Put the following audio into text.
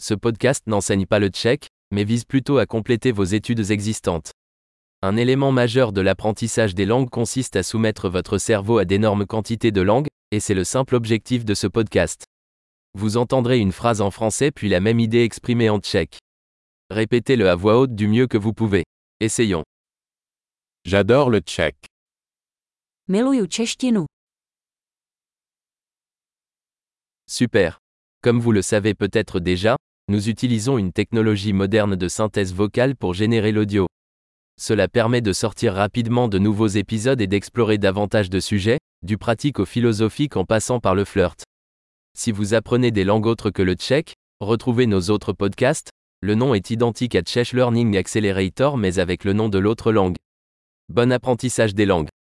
Ce podcast n'enseigne pas le tchèque, mais vise plutôt à compléter vos études existantes. Un élément majeur de l'apprentissage des langues consiste à soumettre votre cerveau à d'énormes quantités de langues, et c'est le simple objectif de ce podcast. Vous entendrez une phrase en français puis la même idée exprimée en tchèque. Répétez-le à voix haute du mieux que vous pouvez. Essayons. J'adore le tchèque. Miluju češtinu. Super. Comme vous le savez peut-être déjà, nous utilisons une technologie moderne de synthèse vocale pour générer l'audio. Cela permet de sortir rapidement de nouveaux épisodes et d'explorer davantage de sujets, du pratique au philosophique en passant par le flirt. Si vous apprenez des langues autres que le tchèque, retrouvez nos autres podcasts. Le nom est identique à Czech Learning Accelerator mais avec le nom de l'autre langue. Bon apprentissage des langues.